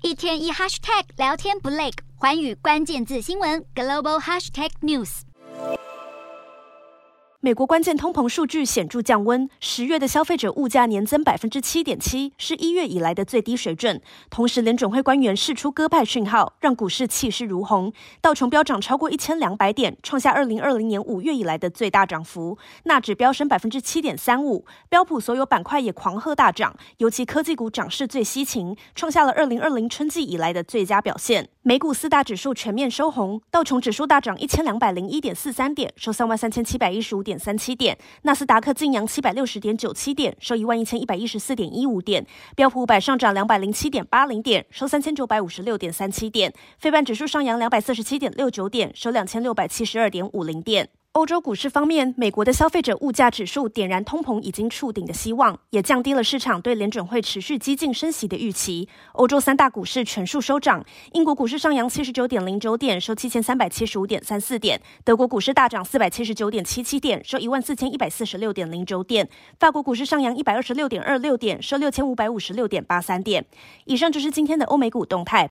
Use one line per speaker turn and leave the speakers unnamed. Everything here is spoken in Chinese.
一天一 hashtag 聊天不累，寰宇关键字新闻 global hashtag news。
美国关键通膨数据显著降温，10月的消费者物价年增 7.7%， 是1月以来的最低水准。同时，联准会官员释出鸽派讯号，让股市气势如虹。道琼飙涨超过1200点，创下2020年5月以来的最大涨幅。纳指飙升 7.35%， 标普所有板块也狂贺大涨，尤其科技股涨势最吸睛，创下了2020春季以来的最佳表现。美股4大指数全面收红，道琼指数大涨 1201.43 点，收33715.37 点，纳斯达克净扬 760.97 点，收11114.15 点，标普500上涨 207.80 点，收3956.37 点，费半指数上扬 247.69 点，收2672.50 点。欧洲股市方面，美国的消费者物价指数点燃通膨已经触顶的希望，也降低了市场对联准会持续激进升息的预期。欧洲3大股市全数收涨，英国股市上扬 79.09 点，收7375.34 点，德国股市大涨 479.77 点，收14146.09 点，法国股市上扬 126.26 点，收6556.83 点。以上就是今天的欧美股动态。